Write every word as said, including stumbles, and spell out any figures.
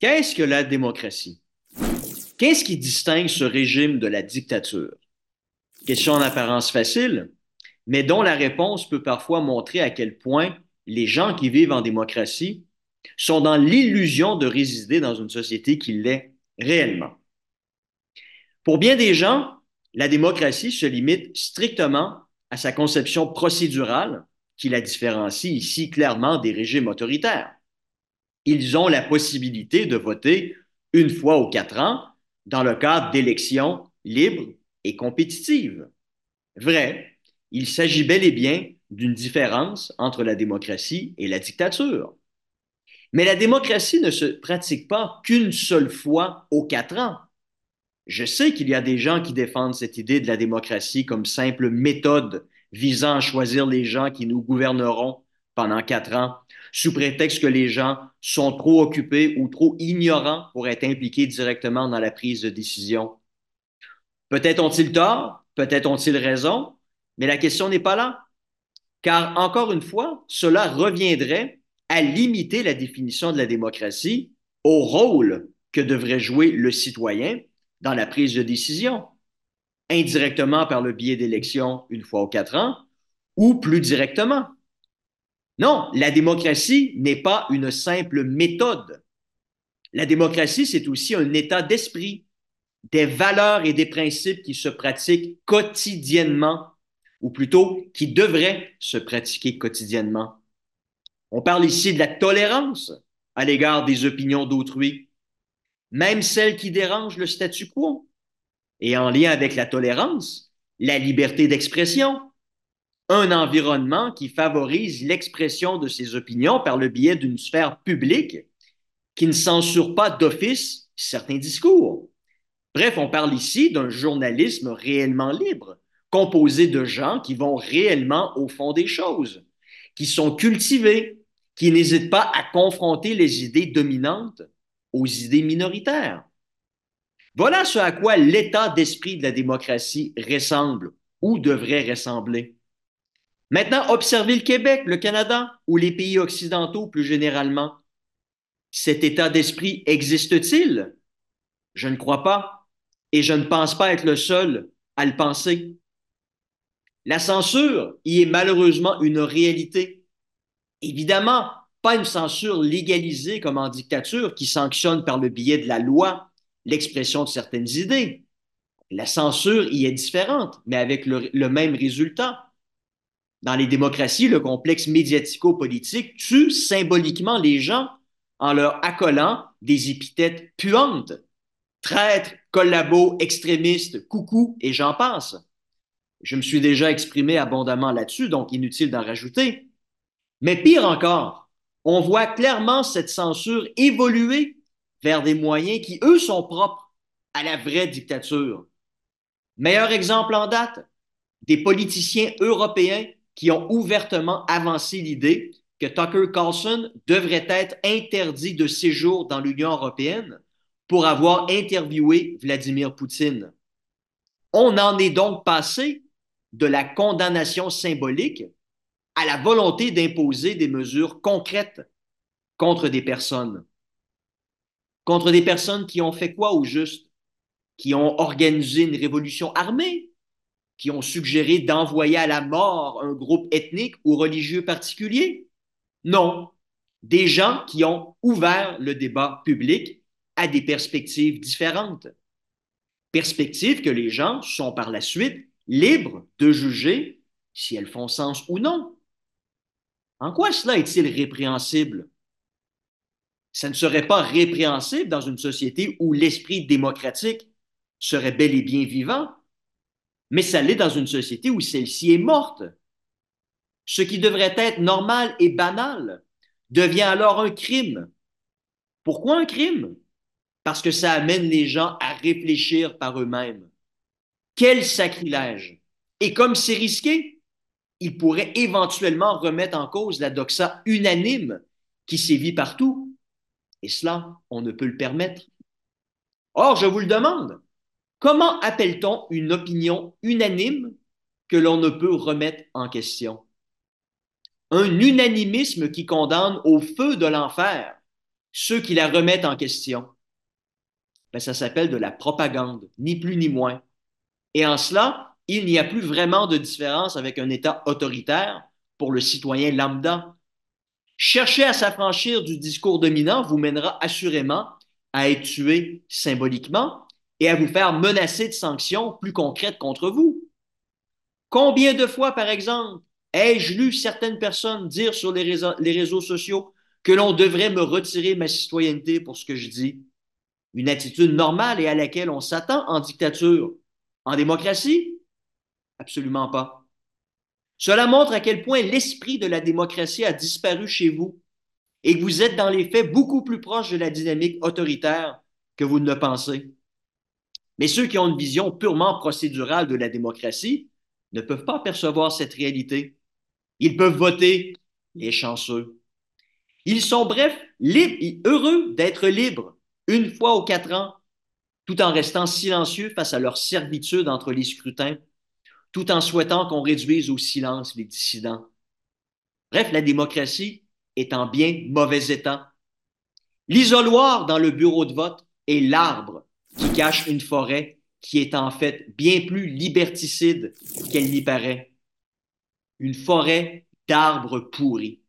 Qu'est-ce que la démocratie? Qu'est-ce qui distingue ce régime de la dictature? Question en apparence facile, mais dont la réponse peut parfois montrer à quel point les gens qui vivent en démocratie sont dans l'illusion de résider dans une société qui l'est réellement. Pour bien des gens, la démocratie se limite strictement à sa conception procédurale, qui la différencie ici clairement des régimes autoritaires. Ils ont la possibilité de voter une fois aux quatre ans dans le cadre d'élections libres et compétitives. Vrai, il s'agit bel et bien d'une différence entre la démocratie et la dictature. Mais la démocratie ne se pratique pas qu'une seule fois aux quatre ans. Je sais qu'il y a des gens qui défendent cette idée de la démocratie comme simple méthode visant à choisir les gens qui nous gouverneront pendant quatre ans, sous prétexte que les gens sont trop occupés ou trop ignorants pour être impliqués directement dans la prise de décision. Peut-être ont-ils tort, peut-être ont-ils raison, mais la question n'est pas là. Car, encore une fois, cela reviendrait à limiter la définition de la démocratie au rôle que devrait jouer le citoyen dans la prise de décision, indirectement par le biais d'élections une fois aux quatre ans, ou plus directement. Non, la démocratie n'est pas une simple méthode. La démocratie, c'est aussi un état d'esprit, des valeurs et des principes qui se pratiquent quotidiennement, ou plutôt qui devraient se pratiquer quotidiennement. On parle ici de la tolérance à l'égard des opinions d'autrui, même celles qui dérangent le statu quo. Et en lien avec la tolérance, la liberté d'expression, un environnement qui favorise l'expression de ses opinions par le biais d'une sphère publique qui ne censure pas d'office certains discours. Bref, on parle ici d'un journalisme réellement libre, composé de gens qui vont réellement au fond des choses, qui sont cultivés, qui n'hésitent pas à confronter les idées dominantes aux idées minoritaires. Voilà ce à quoi l'état d'esprit de la démocratie ressemble ou devrait ressembler. Maintenant, observez le Québec, le Canada ou les pays occidentaux plus généralement. Cet état d'esprit existe-t-il? Je ne crois pas et je ne pense pas être le seul à le penser. La censure y est malheureusement une réalité. Évidemment, pas une censure légalisée comme en dictature qui sanctionne par le biais de la loi l'expression de certaines idées. La censure y est différente, mais avec le, le même résultat. Dans les démocraties, le complexe médiatico-politique tue symboliquement les gens en leur accolant des épithètes puantes. Traîtres, collabos, extrémistes, coucou, et j'en passe. Je me suis déjà exprimé abondamment là-dessus, donc inutile d'en rajouter. Mais pire encore, on voit clairement cette censure évoluer vers des moyens qui, eux, sont propres à la vraie dictature. Meilleur exemple en date, des politiciens européens qui ont ouvertement avancé l'idée que Tucker Carlson devrait être interdit de séjour dans l'Union européenne pour avoir interviewé Vladimir Poutine. On en est donc passé de la condamnation symbolique à la volonté d'imposer des mesures concrètes contre des personnes. Contre des personnes qui ont fait quoi au juste? Qui ont organisé une révolution armée? Qui ont suggéré d'envoyer à la mort un groupe ethnique ou religieux particulier? Non. Des gens qui ont ouvert le débat public à des perspectives différentes. Perspectives que les gens sont par la suite libres de juger si elles font sens ou non. En quoi cela est-il répréhensible? Ça ne serait pas répréhensible dans une société où l'esprit démocratique serait bel et bien vivant, mais ça l'est dans une société où celle-ci est morte. Ce qui devrait être normal et banal devient alors un crime. Pourquoi un crime? Parce que ça amène les gens à réfléchir par eux-mêmes. Quel sacrilège! Et comme c'est risqué, il pourrait éventuellement remettre en cause la doxa unanime qui sévit partout. Et cela, on ne peut le permettre. Or, je vous le demande, comment appelle-t-on une opinion unanime que l'on ne peut remettre en question? Un unanimisme qui condamne au feu de l'enfer ceux qui la remettent en question. Ben, ça s'appelle de la propagande, ni plus ni moins. Et en cela, il n'y a plus vraiment de différence avec un État autoritaire pour le citoyen lambda. Chercher à s'affranchir du discours dominant vous mènera assurément à être tué symboliquement et à vous faire menacer de sanctions plus concrètes contre vous. Combien de fois, par exemple, ai-je lu certaines personnes dire sur les réseaux, les réseaux sociaux que l'on devrait me retirer ma citoyenneté pour ce que je dis? Une attitude normale et à laquelle on s'attend en dictature. En démocratie? Absolument pas. Cela montre à quel point l'esprit de la démocratie a disparu chez vous et que vous êtes dans les faits beaucoup plus proche de la dynamique autoritaire que vous ne le pensez. Mais ceux qui ont une vision purement procédurale de la démocratie ne peuvent pas percevoir cette réalité. Ils peuvent voter, les chanceux. Ils sont, bref, libres, heureux d'être libres une fois aux quatre ans, tout en restant silencieux face à leur servitude entre les scrutins, tout en souhaitant qu'on réduise au silence les dissidents. Bref, la démocratie est en bien mauvais état. L'isoloir dans le bureau de vote est l'arbre qui cache une forêt qui est en fait bien plus liberticide qu'elle n'y paraît. Une forêt d'arbres pourris.